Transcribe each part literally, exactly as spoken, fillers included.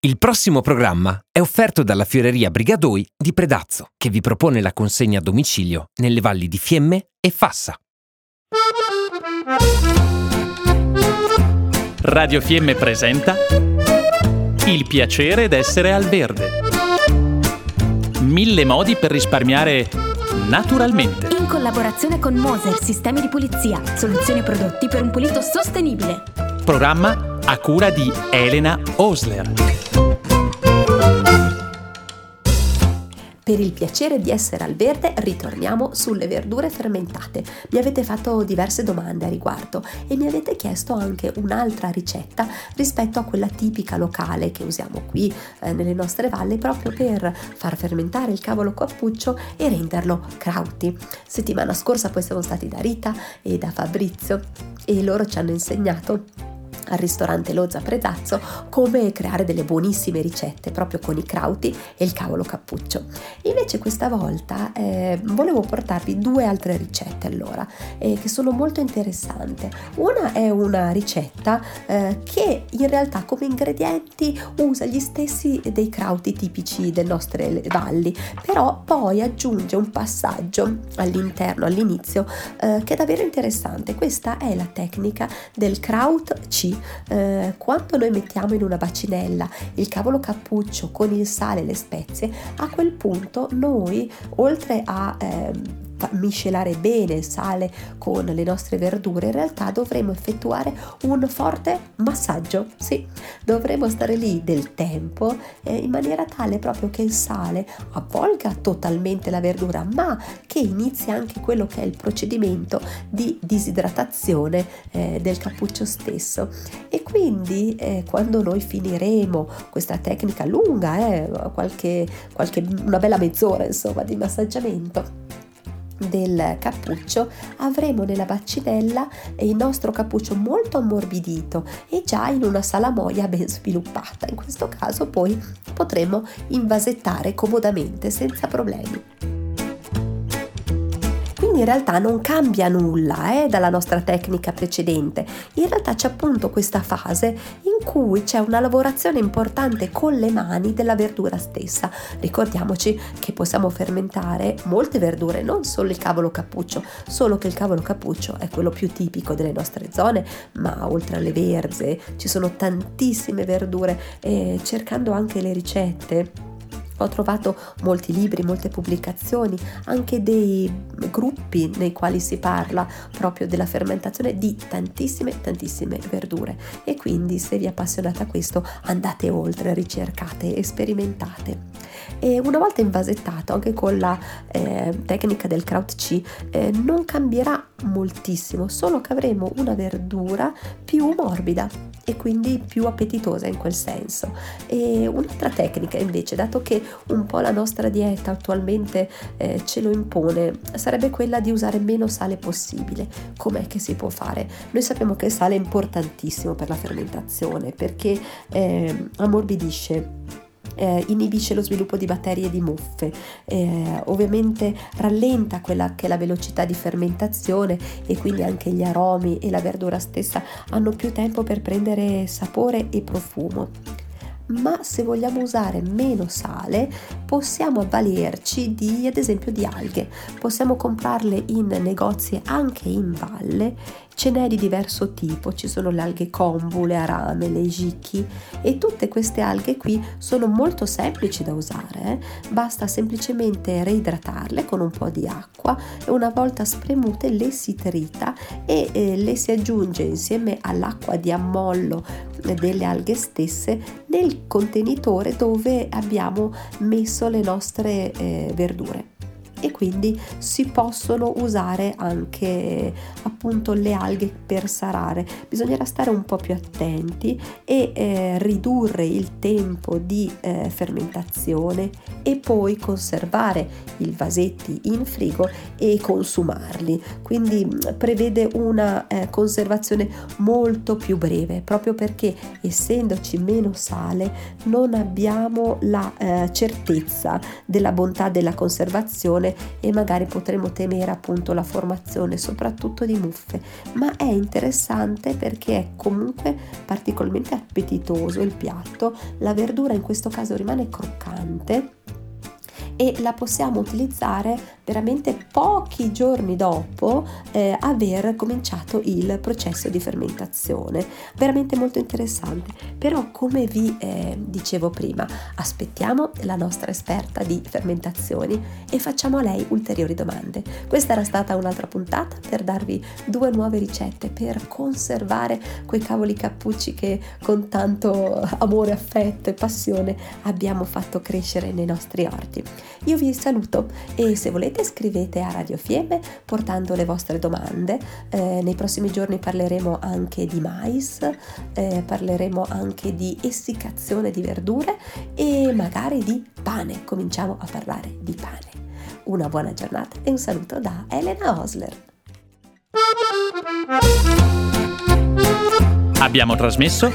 Il prossimo programma è offerto dalla Fioreria Brigadoi di Predazzo, che vi propone la consegna a domicilio nelle valli di Fiemme e Fassa. Radio Fiemme presenta Il piacere d'essere al verde. Mille modi per risparmiare naturalmente. In collaborazione con Moser Sistemi di Pulizia, soluzioni e prodotti per un pulito sostenibile. Programma a cura di Elena Osler. Per il piacere di essere al verde ritorniamo sulle verdure fermentate. Mi avete fatto diverse domande a riguardo e mi avete chiesto anche un'altra ricetta rispetto a quella tipica locale che usiamo qui eh, nelle nostre valli, proprio per far fermentare il cavolo cappuccio e renderlo krauti. Settimana scorsa poi siamo stati da Rita e da Fabrizio e loro ci hanno insegnato al ristorante Lozza Predazzo come creare delle buonissime ricette proprio con i krauti e il cavolo cappuccio. Invece questa volta eh, volevo portarvi due altre ricette allora eh, che sono molto interessanti. Una è una ricetta eh, che in realtà come ingredienti usa gli stessi dei krauti tipici delle nostre valli, però poi aggiunge un passaggio all'interno, all'inizio eh, che è davvero interessante. Questa è la tecnica del kraut C. Eh, quando noi mettiamo in una bacinella il cavolo cappuccio con il sale e le spezie, a quel punto noi oltre a eh, miscelare bene il sale con le nostre verdure, in realtà dovremo effettuare un forte massaggio. Sì, dovremo stare lì del tempo eh, in maniera tale proprio che il sale avvolga totalmente la verdura, ma che inizi anche quello che è il procedimento di disidratazione eh, del cappuccio stesso. E quindi eh, quando noi finiremo questa tecnica lunga, eh, qualche, qualche, una bella mezz'ora insomma di massaggiamento del cappuccio, avremo nella bacinella il nostro cappuccio molto ammorbidito e già in una salamoia ben sviluppata. In questo caso poi potremo invasettare comodamente senza problemi. In realtà non cambia nulla eh, dalla nostra tecnica precedente. In realtà c'è appunto questa fase in cui c'è una lavorazione importante con le mani della verdura stessa. Ricordiamoci che possiamo fermentare molte verdure, non solo il cavolo cappuccio, solo che il cavolo cappuccio è quello più tipico delle nostre zone, ma oltre alle verze ci sono tantissime verdure e cercando anche le ricette ho trovato molti libri, molte pubblicazioni, anche dei gruppi nei quali si parla proprio della fermentazione di tantissime, tantissime verdure. E quindi se vi appassionate a questo andate oltre, ricercate e sperimentate. E una volta invasettato anche con la eh, tecnica del kraut C eh, non cambierà moltissimo, solo che avremo una verdura più morbida e quindi più appetitosa in quel senso. E un'altra tecnica invece, dato che un po' la nostra dieta attualmente eh, ce lo impone, sarebbe quella di usare meno sale possibile. Com'è che si può fare? Noi sappiamo che il sale è importantissimo per la fermentazione perché eh, ammorbidisce, Eh, inibisce lo sviluppo di batteri e di muffe, eh, ovviamente rallenta quella che è la velocità di fermentazione e quindi anche gli aromi e la verdura stessa hanno più tempo per prendere sapore e profumo. Ma se vogliamo usare meno sale possiamo avvalerci di, ad esempio, di alghe. Possiamo comprarle in negozi anche in valle. Ce n'è di diverso tipo, ci sono le alghe kombu, le arame, le hijiki e tutte queste alghe qui sono molto semplici da usare, eh? Basta semplicemente reidratarle con un po' di acqua e una volta spremute le si trita e eh, le si aggiunge insieme all'acqua di ammollo delle alghe stesse nel contenitore dove abbiamo messo le nostre eh, verdure. E quindi si possono usare anche appunto le alghe per sarare. Bisognerà stare un po' più attenti e eh, ridurre il tempo di eh, fermentazione e poi conservare i vasetti in frigo e consumarli. Quindi prevede una eh, conservazione molto più breve, proprio perché essendoci meno sale non abbiamo la eh, certezza della bontà della conservazione muffe e magari potremo temere appunto la formazione soprattutto di muffe, ma è interessante perché è comunque particolarmente appetitoso il piatto, la verdura in questo caso rimane croccante e la possiamo utilizzare veramente pochi giorni dopo eh, aver cominciato il processo di fermentazione. Veramente molto interessante. Però, come vi eh, dicevo prima, aspettiamo la nostra esperta di fermentazioni e facciamo a lei ulteriori domande. Questa era stata un'altra puntata per darvi due nuove ricette per conservare quei cavoli cappucci che con tanto amore, affetto e passione abbiamo fatto crescere nei nostri orti. Io vi saluto e se volete scrivete a Radio Fiemme portando le vostre domande. Eh, nei prossimi giorni parleremo anche di mais, eh, parleremo anche di essiccazione di verdure e magari di pane. Cominciamo a parlare di pane. Una buona giornata e un saluto da Elena Osler. Abbiamo trasmesso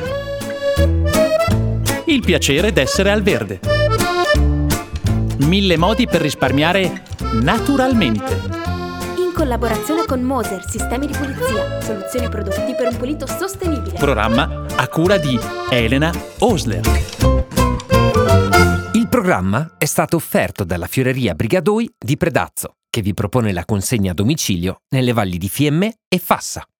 Il piacere d'essere al verde. Mille modi per risparmiare naturalmente. In collaborazione con Moser Sistemi di Pulizia, soluzioni prodotti per un pulito sostenibile. Programma a cura di Elena Osler. Il programma è stato offerto dalla Fioreria Brigadoi di Predazzo, che vi propone la consegna a domicilio nelle valli di Fiemme e Fassa.